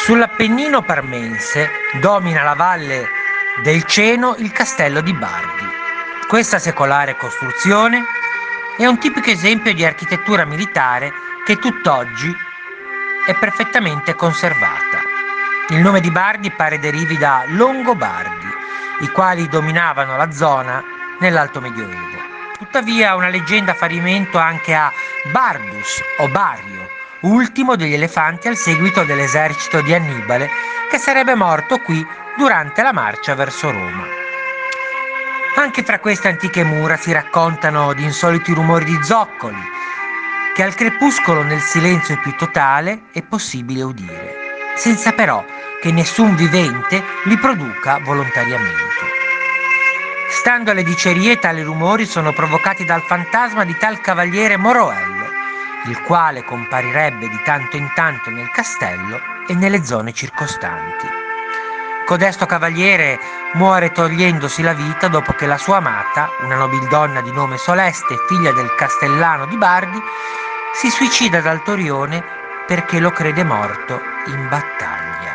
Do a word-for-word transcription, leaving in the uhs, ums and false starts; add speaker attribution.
Speaker 1: Sull'Appennino parmense domina la valle del Ceno il castello di Bardi. Questa secolare costruzione è un tipico esempio di architettura militare che tutt'oggi è perfettamente conservata. Il nome di Bardi pare derivi da Longobardi, i quali dominavano la zona nell'Alto Medioevo. Tuttavia una leggenda fa riferimento anche a Bardus o Barrio, ultimo degli elefanti al seguito dell'esercito di Annibale, che sarebbe morto qui durante la marcia verso Roma. Anche fra queste antiche mura si raccontano di insoliti rumori di zoccoli, che al crepuscolo nel silenzio più totale è possibile udire, senza però che nessun vivente li produca volontariamente. Stando alle dicerie, tali rumori sono provocati dal fantasma di tal cavaliere Moroello, il quale comparirebbe di tanto in tanto nel castello e nelle zone circostanti. Codesto cavaliere muore togliendosi la vita dopo che la sua amata, una nobildonna di nome Soleste, figlia del castellano di Bardi, si suicida dal Torione perché lo crede morto in battaglia.